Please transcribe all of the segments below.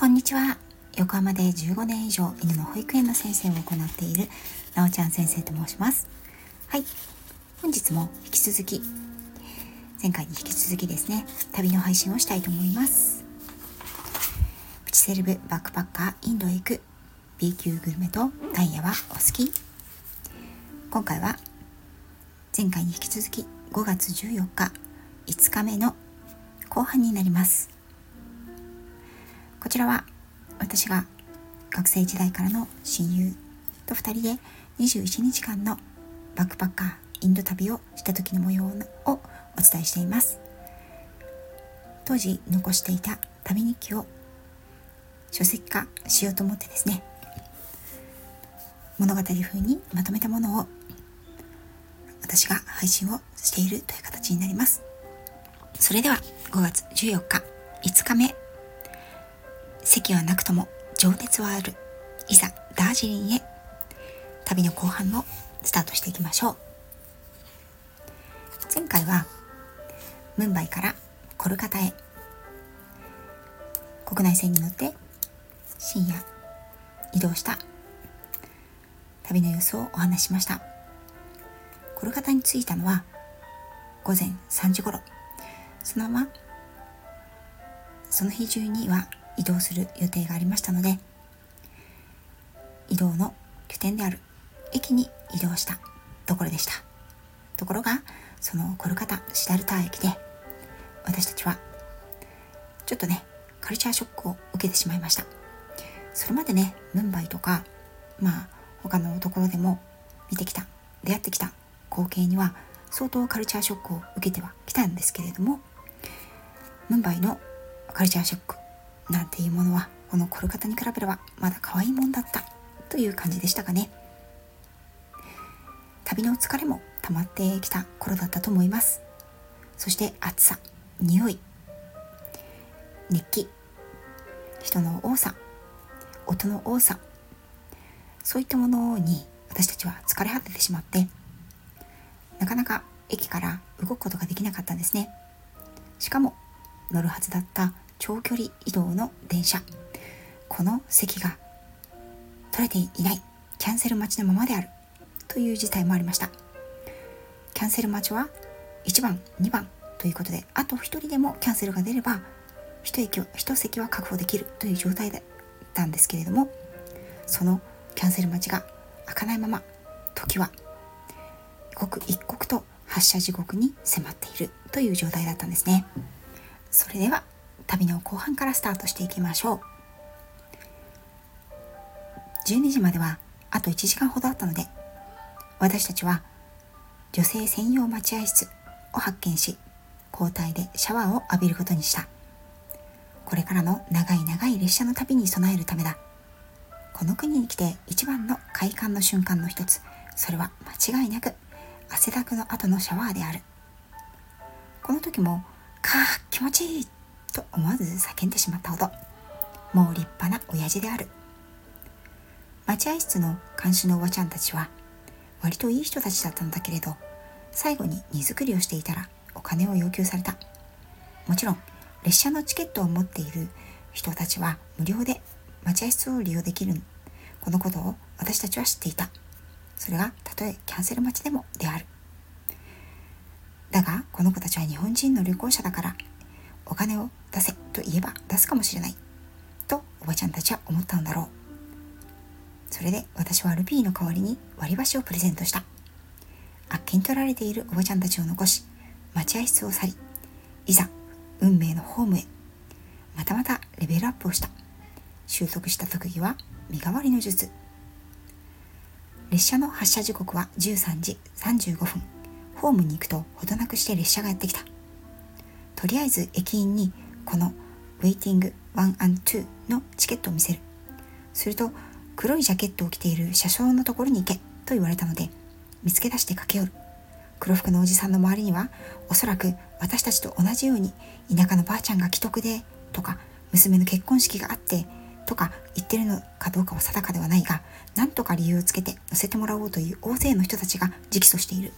こんにちは。横浜で15年以上犬の保育園の先生を行っているなおちゃん先生と申します。はい、本日も引き続き前回に引き続きですね、旅の配信をしたいと思います。プチセレブバックパッカーインドへ行く B 級グルメとダイヤはお好き。今回は前回に引き続き5月14日5日目の後半になります。こちらは私が学生時代からの親友と2人で21日間のバックパッカーインド旅をした時の模様をお伝えしています。当時残していた旅日記を書籍化しようと思ってですね、物語風にまとめたものを私が配信をしているという形になります。それでは5月14日5日目、席はなくとも情熱はある、いざダージリンへ。旅の後半をスタートしていきましょう。前回はムンバイからコルカタへ国内線に乗って深夜移動した旅の様子をお話ししました。コルカタに着いたのは午前3時頃。そのままその日中には移動する予定がありましたので、移動の拠点である駅に移動したところでした。ところがそのコルカタシダルター駅で私たちはちょっとねカルチャーショックを受けてしまいました。それまでねムンバイとか他のところでも出会ってきた光景には相当カルチャーショックを受けてはきたんですけれども、ムンバイのカルチャーショックなんていうものはこのコルカタに比べればまだ可愛いもんだったという感じでしたかね。旅の疲れも溜まってきた頃だったと思います。そして暑さ、匂い、熱気、人の多さ、音の多さ、そういったものに私たちは疲れ果ててしまって、なかなか駅から動くことができなかったんですね。しかも乗るはずだった長距離移動の電車、この席が取れていない、キャンセル待ちのままであるという事態もありました。キャンセル待ちは1番2番ということで、あと1人でもキャンセルが出れば1席は確保できるという状態だったんですけれども、そのキャンセル待ちが開かないまま時は刻一刻と発車時刻に迫っているという状態だったんですね。それでは旅の後半からスタートしていきましょう。12時まではあと1時間ほどあったので、私たちは女性専用待合室を発見し、交代でシャワーを浴びることにした。これからの長い列車の旅に備えるためだ。この国に来て一番の快感の瞬間の一つ、それは間違いなく汗だくの後のシャワーである。この時も気持ちいいと思わず叫んでしまったほど、もう立派な親父である。待合室の監視のおばちゃんたちは割といい人たちだったのだけれど、最後に荷造りをしていたらお金を要求された。もちろん列車のチケットを持っている人たちは無料で待合室を利用できる。このことを私たちは知っていた。それがたとえキャンセル待ちでもである。だがこの子たちは日本人の旅行者だから、お金を出せと言えば出すかもしれないとおばちゃんたちは思ったのだろう。それで私はルピーの代わりに割り箸をプレゼントした。あっけに取られているおばちゃんたちを残し、待合室を去り、いざ運命のホームへ。またレベルアップをした。習得した特技は身代わりの術。列車の発車時刻は13時35分。ホームに行くとほどなくして列車がやってきた。とりあえず駅員にこのウェイティング 1&2 のチケットを見せる。すると黒いジャケットを着ている車掌のところに行けと言われたので、見つけ出して駆け寄る。黒服のおじさんの周りにはおそらく私たちと同じように田舎のばあちゃんが既得でとか、娘の結婚式があってとか言ってるのかどうかは定かではないが、なんとか理由をつけて乗せてもらおうという大勢の人たちが直訴している。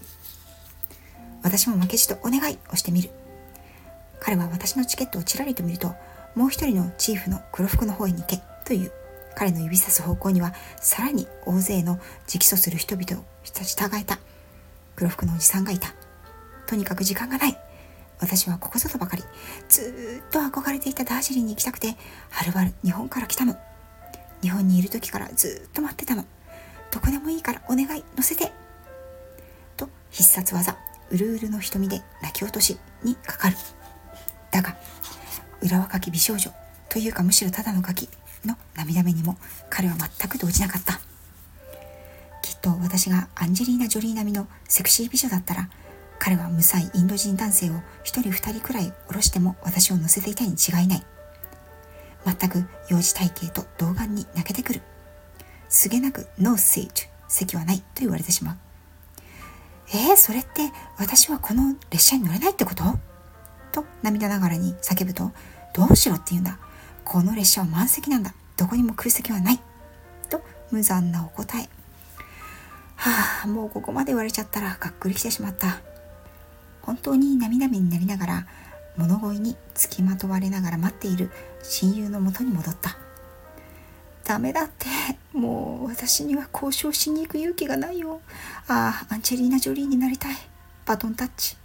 私も負けじとお願いをしてみる。彼は私のチケットをちらりと見ると、 もう一人のチーフの黒服の方へに行けという。彼の指さす方向にはさらに大勢の直訴する人々を従えた黒服のおじさんがいた。とにかく時間がない。私はここぞとばかりずっと憧れていたダージリンに行きたくて、はるばる日本から来たの。日本にいる時からずっと待ってたの。どこでもいいからお願い乗せてと必殺技うるうるの瞳で泣き落としにかかる。だが裏若き美少女というか、むしろただのガキの涙目にも彼は全く動じなかった。きっと私がアンジェリーナ・ジョリー並みのセクシー美女だったら、彼は無才インド人男性を一人二人くらい下ろしても私を乗せていたに違いない。全く幼児体型と童顔に泣けてくる。すげなくノーセージ、席はないと言われてしまう。それって私はこの列車に乗れないってこと？と涙ながらに叫ぶと、どうしろって言うんだ。この列車は満席なんだ。どこにも空席はない。と無残なお答え。もうここまで言われちゃったらがっくりしてしまった。本当に涙目になりながら、物乞いにつきまとわれながら待っている親友のもとに戻った。ダメだって、もう私には交渉しに行く勇気がないよ。アンジェリーナ・ジョリーになりたい。バトンタッチ。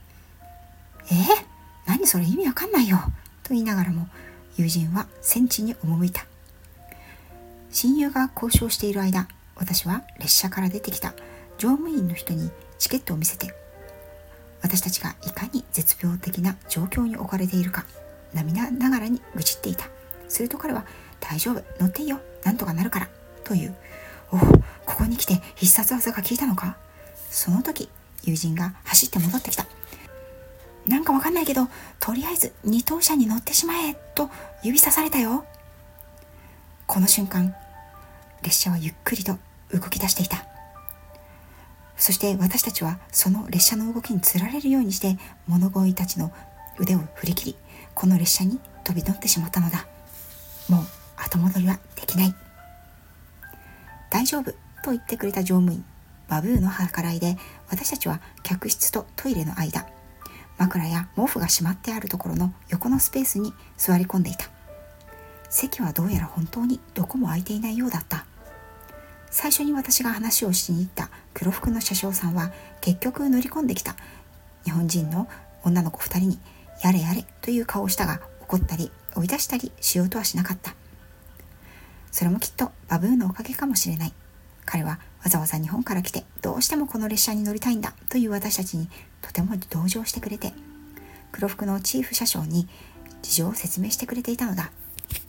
何それ、意味わかんないよ。と言いながらも友人は戦地に赴いた。親友が交渉している間、私は列車から出てきた乗務員の人にチケットを見せて、私たちがいかに絶病的な状況に置かれているか涙ながらに愚痴っていた。すると彼は、大丈夫、乗っていいよ、なんとかなるからという。ここに来て必殺技が効いたのか。その時友人が走って戻ってきた。なんかわかんないけど、とりあえず二等車に乗ってしまえと指さされたよ。この瞬間、列車はゆっくりと動き出していた。そして私たちはその列車の動きにつられるようにして、物乞いたちの腕を振り切り、この列車に飛び乗ってしまったのだ。もう後戻りはできない。大丈夫と言ってくれた乗務員バブーの計らいで、私たちは客室とトイレの間、枕や毛布がしまってあるところの横のスペースに座り込んでいた。席はどうやら本当にどこも空いていないようだった。最初に私が話をしに行った黒服の車掌さんは、結局乗り込んできた日本人の女の子2人にやれやれという顔をしたが、怒ったり追い出したりしようとはしなかった。それもきっとバブーのおかげかもしれない。彼はわざわざ日本から来て、どうしてもこの列車に乗りたいんだという私たちにとても同情してくれて、黒服のチーフ車掌に事情を説明してくれていたのだ。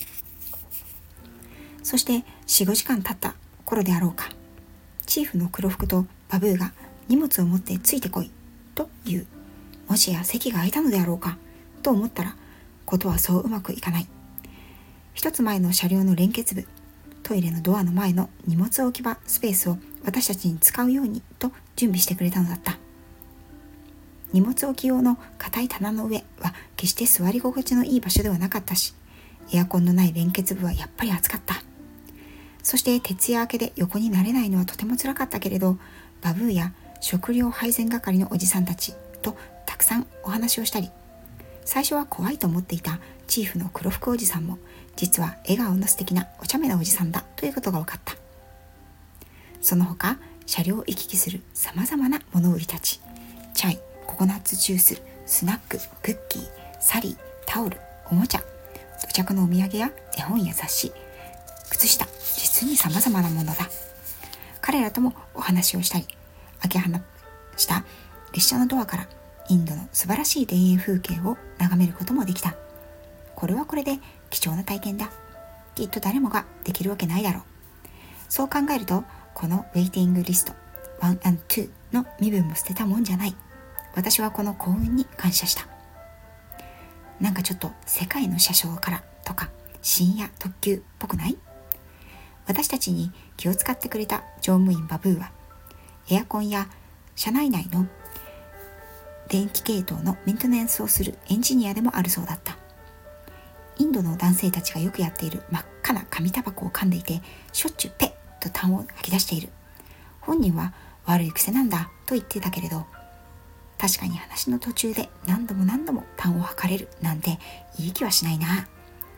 そして 4,5 時間経った頃であろうか、チーフの黒服とバブーが荷物を持ってついてこいと言う。もしや席が空いたのであろうかと思ったら、ことはそううまくいかない。一つ前の車両の連結部、トイレのドアの前の荷物置き場スペースを私たちに使うようにと準備してくれたのだった。荷物置き用の硬い棚の上は決して座り心地のいい場所ではなかったし、エアコンのない連結部はやっぱり暑かった。そして徹夜明けで横になれないのはとても辛かったけれど、バブーや食料配膳係のおじさんたちとたくさんお話をしたり、最初は怖いと思っていたチーフの黒服おじさんも、実は笑顔の素敵なお茶目なおじさんだということが分かった。その他、車両を行き来するさまざまな物売りたち、チャイ、ココナッツジュース、スナック、クッキー、サリー、タオル、おもちゃ、土着のお土産や絵本や雑誌、靴下、実にさまざまなものだ。彼らともお話をしたり、開け放した列車のドアからインドの素晴らしい田園風景を眺めることもできた。これはこれで貴重な体験だ。きっと誰もができるわけないだろう。そう考えると、このウェイティングリスト 1&2 の身分も捨てたもんじゃない。私はこの幸運に感謝した。なんかちょっと世界の車掌からとか深夜特急っぽくない？私たちに気を使ってくれた乗務員バブーは、エアコンや車内内の電気系統のメンテナンスをするエンジニアでもあるそうだった。インドの男性たちがよくやっている真っ赤な紙タバコを噛んでいて、しょっちゅうペッと痰を吐き出している。本人は悪い癖なんだと言ってたけれど、確かに話の途中で何度も痰を吐かれるなんていい気はしないな。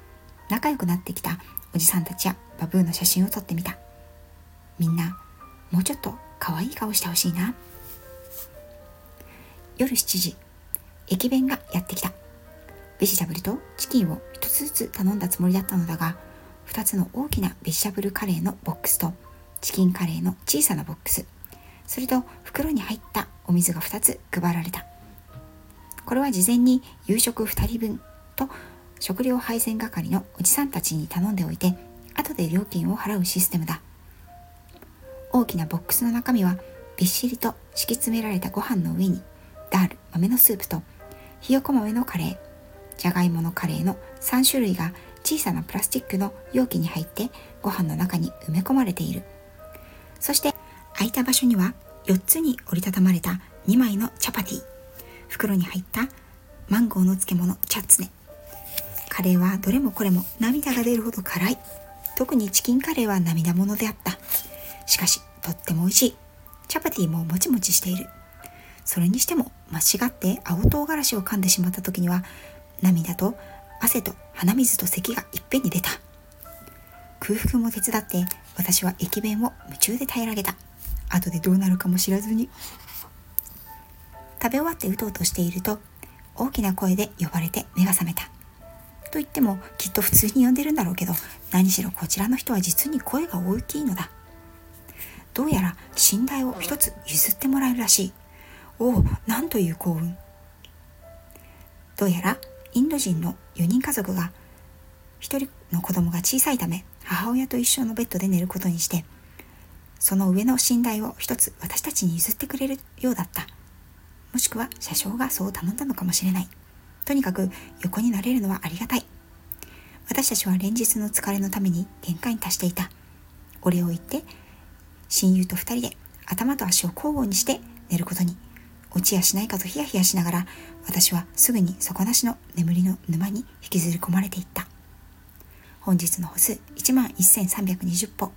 仲良くなってきたおじさんたちやバブーの写真を撮ってみた。みんなもうちょっと可愛い顔してほしいな。夜7時、駅弁がやってきた。ベジタブルとチキンを一つずつ頼んだつもりだったのだが、2つの大きなベジタブルカレーのボックスとチキンカレーの小さなボックス、それと袋に入ったお水が2つ配られた。これは事前に夕食2人分と食料配膳係のおじさんたちに頼んでおいて、後で料金を払うシステムだ。大きなボックスの中身はびっしりと敷き詰められたご飯の上にダール、豆のスープとひよこ豆のカレー、じゃがいものカレーの3種類が小さなプラスチックの容器に入ってご飯の中に埋め込まれている。そして空いた場所には4つに折りたたまれた2枚のチャパティ、袋に入ったマンゴーの漬物チャッツネ。カレーはどれもこれも涙が出るほど辛い。特にチキンカレーは涙ものであった。しかしとっても美味しい。チャパティももちもちしている。それにしても間違って青唐辛子を噛んでしまった時には、涙と汗と鼻水と咳がいっぺんに出た。空腹も手伝って私は駅弁を夢中で平らげた。後でどうなるかも知らずに。食べ終わってうとうとしていると、大きな声で呼ばれて目が覚めた。と言ってもきっと普通に呼んでるんだろうけど、何しろこちらの人は実に声が大きいのだ。どうやら寝台を一つ譲ってもらえるらしい。おお、なんという幸運。どうやらインド人の4人家族が、一人の子供が小さいため母親と一緒のベッドで寝ることにして、その上の寝台を一つ私たちに譲ってくれるようだった。もしくは車掌がそう頼んだのかもしれない。とにかく横になれるのはありがたい。私たちは連日の疲れのために限界に達していた。お礼を言って親友と2人で頭と足を交互にして寝ることに。落ちやしないかとヒヤヒヤしながら、私はすぐに底なしの眠りの沼に引きずり込まれていった。本日の歩数11,320歩。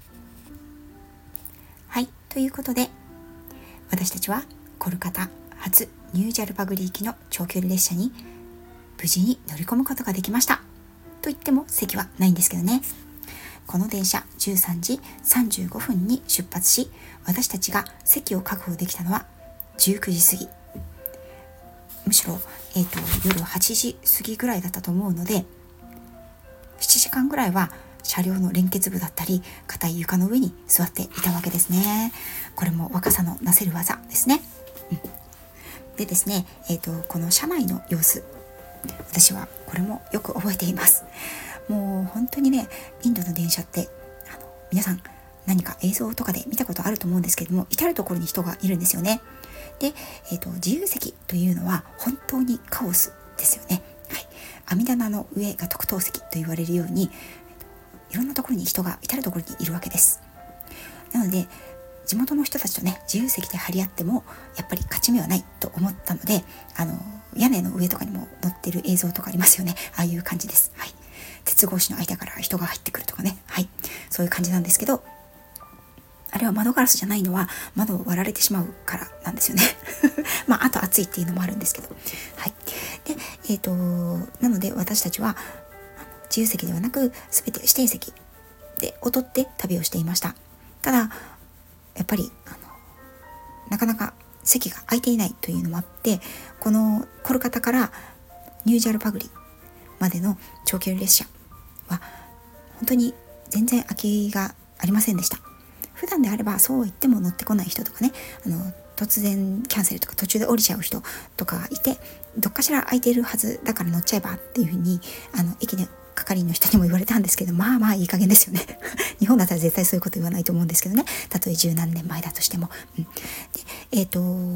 はい、ということで私たちはコルカタ発ニュージャルパグリ行きの長距離列車に無事に乗り込むことができました。と言っても席はないんですけどね。この電車13時35分に出発し、私たちが席を確保できたのは19時過ぎ。むしろ、夜8時過ぎぐらいだったと思うので、7時間ぐらいは車両の連結部だったり硬い床の上に座っていたわけですね。これも若さのなせる技ですね。でですね、この車内の様子、私はこれもよく覚えています。もう本当にね、インドの電車って皆さん何か映像とかで見たことあると思うんですけれども、至る所に人がいるんですよね。で、自由席というのは本当にカオスですよね。はい、網棚の上が特等席と言われるように、いろんなところに人が至る所にいるわけです。なので地元の人たちとね、自由席で張り合ってもやっぱり勝ち目はないと思ったので、屋根の上とかにも載ってる映像とかありますよね。ああいう感じです。はい、鉄格子の間から人が入ってくるとかね、はい、そういう感じなんですけど、あれは窓ガラスじゃないのは窓を割られてしまうからなんですよね。まあ、あと暑いっていうのもあるんですけど、はい。で、なので私たちは自由席ではなく全て指定席でを取って旅をしていました。ただやっぱりなかなか席が空いていないというのもあって、このコルカタからニュージャルパグリまでの長距離列車は本当に全然空きがありませんでした。普段であればそう言っても乗ってこない人とかね、突然キャンセルとか途中で降りちゃう人とかがいて、どっかしら空いているはずだから乗っちゃえばっていうふうに駅で係員の人にも言われたんですけど、まあいい加減ですよね。日本だったら絶対そういうこと言わないと思うんですけどね、たとえ十何年前だとしても、で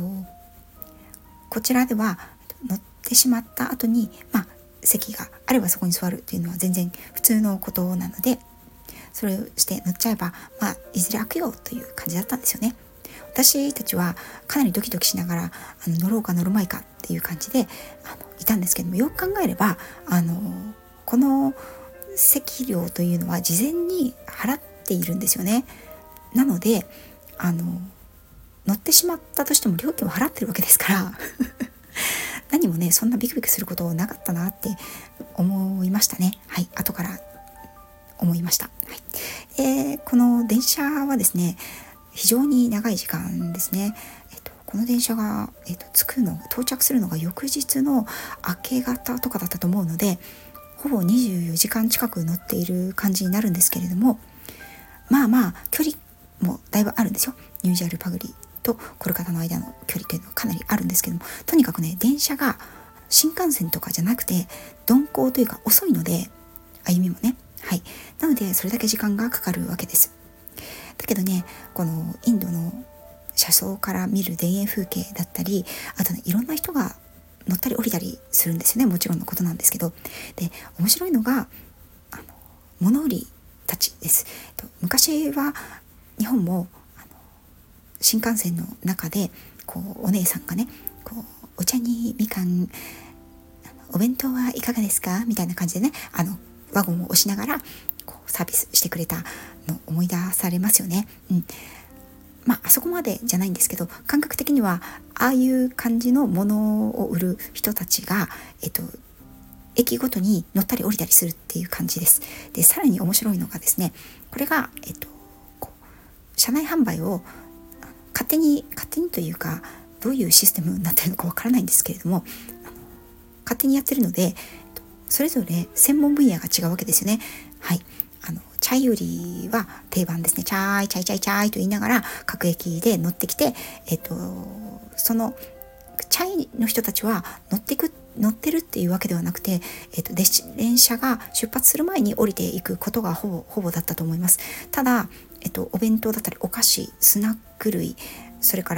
こちらでは乗ってしまった後に席があればそこに座るっていうのは全然普通のことなので、それをして乗っちゃえばいずれ開くよという感じだったんですよね。私たちはかなりドキドキしながら乗ろうか乗るまいかっていう感じでいたんですけども、よく考えればこの席料というのは事前に払っているんですよね。なので乗ってしまったとしても料金を払ってるわけですから何もね、そんなビクビクすることなかったなって思いましたね。はい、後から思いました。はい。この電車はですね、非常に長い時間ですね。この電車が、到着するのが翌日の明け方とかだったと思うので、ほぼ24時間近く乗っている感じになるんですけれども、まあ距離もだいぶあるんですよ。ニュージャルパグリとコルカタの間の距離というのはかなりあるんですけども、とにかくね、電車が新幹線とかじゃなくて鈍行というか遅いので、歩みもね、はい、なのでそれだけ時間がかかるわけです。だけどね、このインドの車窓から見る田園風景だったり、あとね、いろんな人が乗ったり降りたりするんですよね。もちろんのことなんですけど、で面白いのが物売りたちです。昔は日本も新幹線の中でこうお姉さんがね、こうお茶にみかん、お弁当はいかがですかみたいな感じでね、ワゴンを押しながらこうサービスしてくれたの思い出されますよね。あそこまでじゃないんですけど、感覚的にはああいう感じのものを売る人たちが、駅ごとに乗ったり降りたりするっていう感じです。で、さらに面白いのがですね、これが、車内販売を勝手にというか、どういうシステムになってるのかわからないんですけれども、勝手にやってるので、それぞれ専門分野が違うわけですよね。はい。チャイ売りは定番ですね。チャイと言いながら各駅で乗ってきて、そのチャイの人たちは乗ってるっていうわけではなくて、電車が出発する前に降りていくことがほぼだったと思います。ただ、お弁当だったりお菓子、スナック類、それから、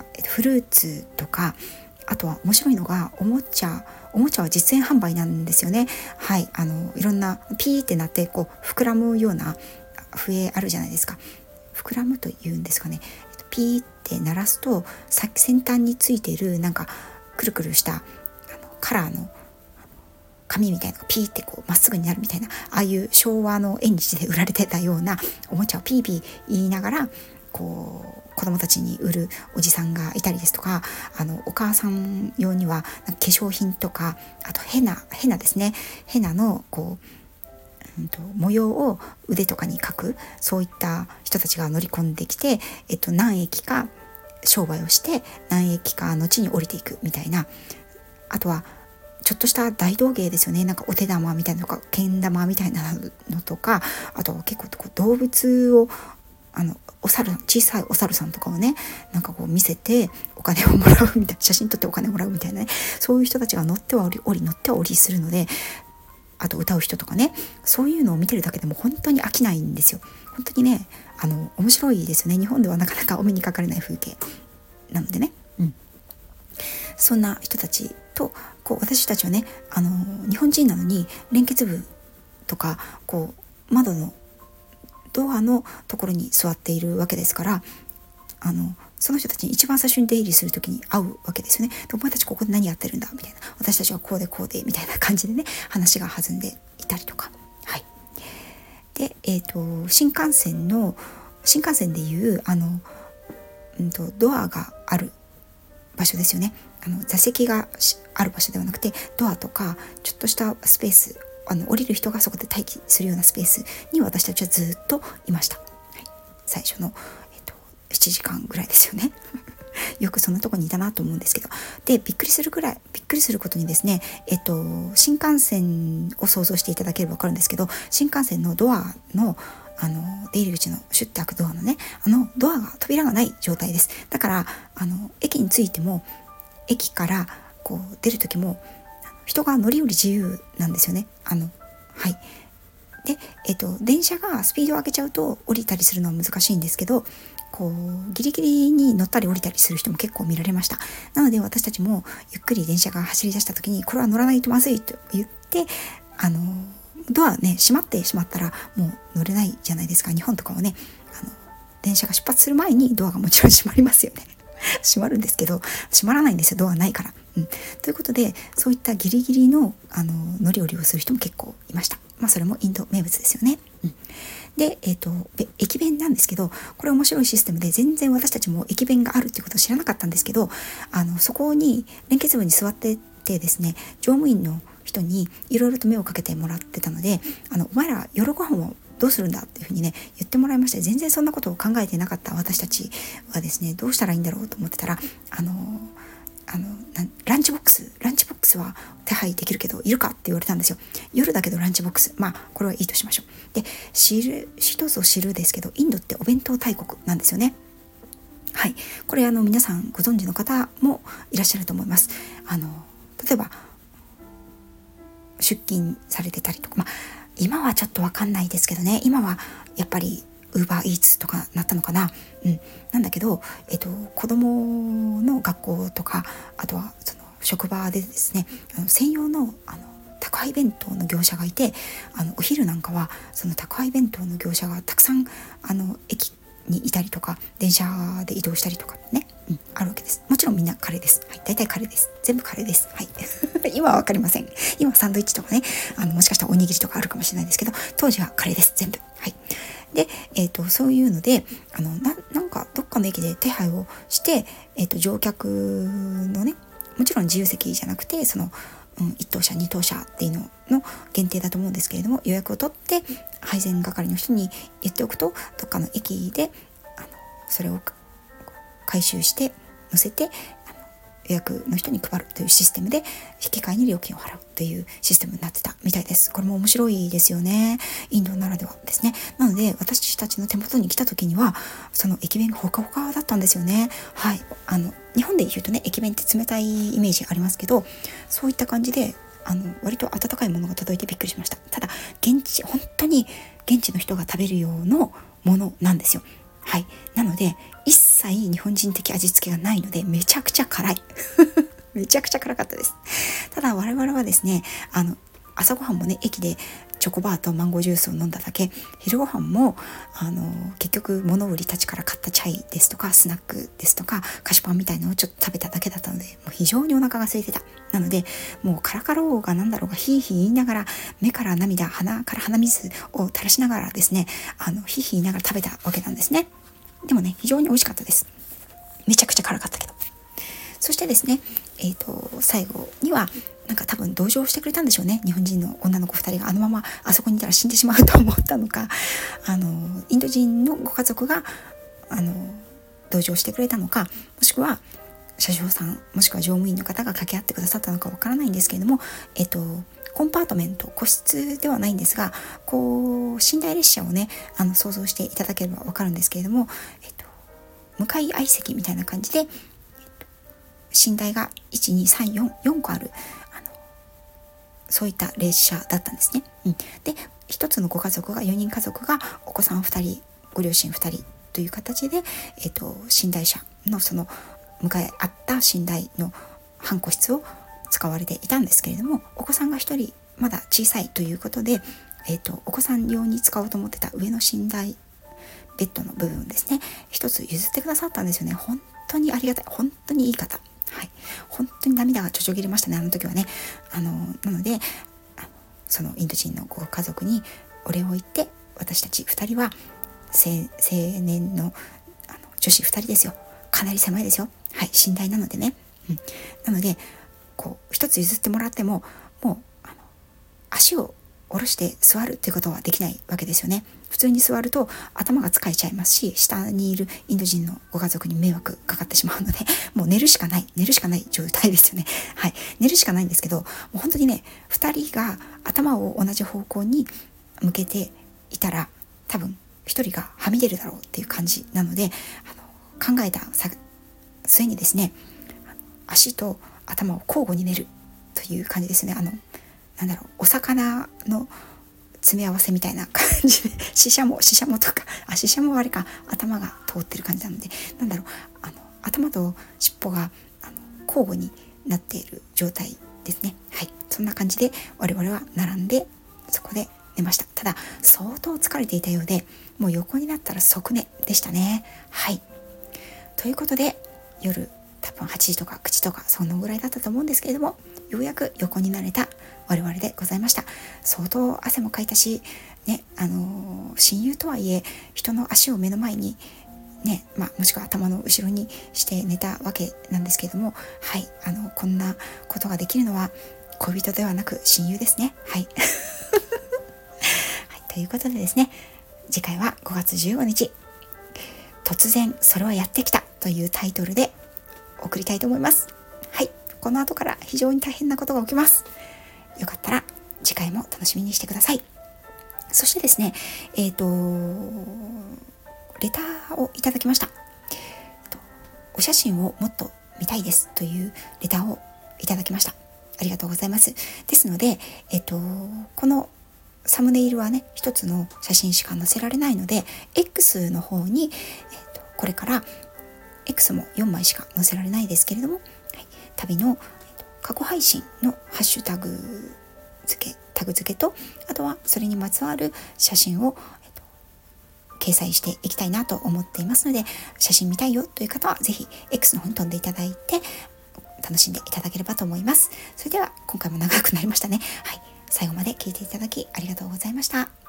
フルーツとか、あとは面白いのがおもちゃは実演販売なんですよね。はい、いろんなピーってなってこう膨らむような笛あるじゃないですか。膨らむというんですかね。ピーって鳴らすと先端についているなんかくるくるしたカラーの紙みたいなのがピーってこうまっすぐになるみたいな、ああいう昭和の縁日で売られてたようなおもちゃをピー言いながらこう子供たちに売るおじさんがいたりですとか、お母さん用には化粧品とか、あとヘナですね。ヘナのこう、模様を腕とかに描く、そういった人たちが乗り込んできて、何駅か商売をして何駅か後に降りていくみたいな。あとはちょっとした大道芸ですよね。なんかお手玉みたいなのとかけん玉みたいなのとか、あと結構こう動物を小さいお猿さんとかをね、なんかこう見せてお金をもらうみたいな、写真撮ってお金をもらうみたいなね、そういう人たちが乗っては降りするので、あと歌う人とかね、そういうのを見てるだけでも本当に飽きないんですよ。本当にね、面白いですよね。日本ではなかなかお目にかかれない風景なのでね、そんな人たちとこう私たちはね、日本人なのに連結部とかこう窓のドアのところに座っているわけですから、その人たちに一番最初に出入りするときに会うわけですよね。で、お前たちここで何やってるんだみたいな、私たちはこうでみたいな感じでね、話が弾んでいたりとか。はい。で、新幹線でいうドアがある場所ですよね。座席がある場所ではなくて、ドアとかちょっとしたスペース、降りる人がそこで待機するようなスペースに私たちはずっといました。はい、最初の、7時間ぐらいですよね。よくそんなとこにいたなと思うんですけど、でびっくりすることにですね、新幹線を想像していただければ分かるんですけど、新幹線のドアの出入り口のシュッて開くドアのね、ドアが扉がない状態です。だから駅に着いても駅からこう出る時も人が乗り降り自由なんですよね。はい。で、電車がスピードを上げちゃうと降りたりするのは難しいんですけど、こうギリギリに乗ったり降りたりする人も結構見られました。なので私たちもゆっくり電車が走り出した時に、これは乗らないとまずいと言って、ドアね、閉まってしまったらもう乗れないじゃないですか。日本とかはね、電車が出発する前にドアがもちろん閉まりますよね。閉まるんですけど閉まらないんですよ、ドアないから。ということで、そういったギリギリの乗り降りをする人も結構いました。それもインド名物ですよね。で、駅弁なんですけど、これ面白いシステムで、全然私たちも駅弁があるっていうことを知らなかったんですけど、そこに連結部に座っててですね、乗務員の人にいろいろと目をかけてもらってたので、お前ら夜ご飯をどうするんだっていうふうにね言ってもらいまして、全然そんなことを考えてなかった私たちはですね、どうしたらいいんだろうと思ってたら、ランチボックスは手配できるけどいるかって言われたんですよ。夜だけどランチボックス、まあこれはいいとしましょう。で、一つを知るですけど、インドってお弁当大国なんですよね。はい、これ皆さんご存知の方もいらっしゃると思います。例えば出勤されてたりとか、今はちょっとわかんないですけどね、今はやっぱりウーバーイーツとかなったのかな、なんだけど、子供の学校とか、あとはその職場でですね、専用の宅配弁当の業者がいて、お昼なんかはその宅配弁当の業者がたくさん駅にいたりとか、電車で移動したりとかね、あるわけです。もちろんみんなカレーです。はい、大体カレーです。全部カレーです。はい。今はわかりません。今サンドイッチとかね、もしかしたらおにぎりとかあるかもしれないですけど、当時はカレーです。全部。はい。で、そういうので、なんかどっかの駅で手配をして、乗客のね、もちろん自由席じゃなくて、その1等車2等車っていうのの限定だと思うんですけれども、予約を取って配膳係の人に言っておくと、どっかの駅でそれを回収して載せて予約の人に配るというシステムで、引き換えに料金を払うというシステムになってたみたいです。これも面白いですよね。インドならではですね。なので私たちの手元に来た時にはその駅弁がほかほかだったんですよね。はい。日本で言うとね、駅弁って冷たいイメージありますけど、そういった感じで割と温かいものが届いてびっくりしました。ただ本当に現地の人が食べるようなものなんですよ。はい。なので一切日本人的味付けがないので、めちゃくちゃ辛いめちゃくちゃ辛かったです。ただ我々はですね、朝ごはんもね、駅でチョコバーとマンゴージュースを飲んだだけ、昼ごはんも結局物売りたちから買ったチャイですとかスナックですとか菓子パンみたいのをちょっと食べただけだったので、もう非常にお腹が空いてた。なのでもうカラカローがなんだろうがヒーヒー言いながら、目から涙、鼻から鼻水を垂らしながらですね、ヒーヒー言いながら食べたわけなんですね。でもね、非常に美味しかったです。めちゃくちゃ辛かったけど。そしてですね、最後にはなんか多分同情してくれたんでしょうね。日本人の女の子2人があのままあそこにいたら死んでしまうと思ったのか、インド人のご家族が同情してくれたのか、もしくは車掌さんもしくは乗務員の方が掛け合ってくださったのかわからないんですけれども、コンパートメント、個室ではないんですが、こう寝台列車をね想像していただければわかるんですけれども、向かい相席みたいな感じで、寝台が12344個あるそういった列車だったんですね。で、一つのご家族が4人家族がお子さん2人ご両親2人という形で、寝台車のその向かい合った寝台の半個室を使われていたんですけれども、お子さんが1人まだ小さいということで、お子さん用に使おうと思ってた上の寝台ベッドの部分ですね、一つ譲ってくださったんですよね。本当にありがたい、本当にいい方。はい、本当に涙がちょちょぎれましたね、あの時はね。なのでそのインド人のご家族にお礼を言って、私たち2人は青年の女子2人ですよ。かなり狭いですよ。はい、寝台なのでね。なのでこう一つ譲ってもらっても、もう足を下ろして座るっていうことはできないわけですよね。普通に座ると頭が疲れちゃいますし、下にいるインド人のご家族に迷惑かかってしまうので、もう寝るしかない状態ですよね。はい、寝るしかないんですけど、もう本当にね、2人が頭を同じ方向に向けていたら、多分1人がはみ出るだろうっていう感じなので、考えた末にですね、足と頭を交互に寝るという感じですね。なんだろう、お魚の詰め合わせみたいな感じで、シシャモとか、シシャモはあれか、頭が通ってる感じなので、なんだろう、頭と尻尾が交互になっている状態ですね。はい、そんな感じで我々は並んでそこで寝ました。ただ相当疲れていたようで、もう横になったら即寝でしたね。はい、ということで夜多分8時とか9時とかそのぐらいだったと思うんですけれども、ようやく横になれた我々でございました。相当汗もかいたしね、親友とはいえ人の足を目の前にね、もしくは頭の後ろにして寝たわけなんですけれども、はい、こんなことができるのは恋人ではなく親友ですね。はい、はい、ということでですね、次回は5月15日突然それはやってきたというタイトルで送りたいと思います。はい、この後から非常に大変なことが起きます。よかったら次回も楽しみにしてください。そしてですね、レターをいただきました。お写真をもっと見たいですというレターをいただきました。ありがとうございます。ですので、このサムネイルはね、一つの写真しか載せられないので、X の方に、これから X も4枚しか載せられないですけれども、はい、旅の、過去配信のハッシュタグ付けと、あとはそれにまつわる写真を、掲載していきたいなと思っていますので、写真見たいよという方はぜひ X の方に飛んでいただいて楽しんでいただければと思います。それでは今回も長くなりましたね。はい、最後まで聞いていただきありがとうございました。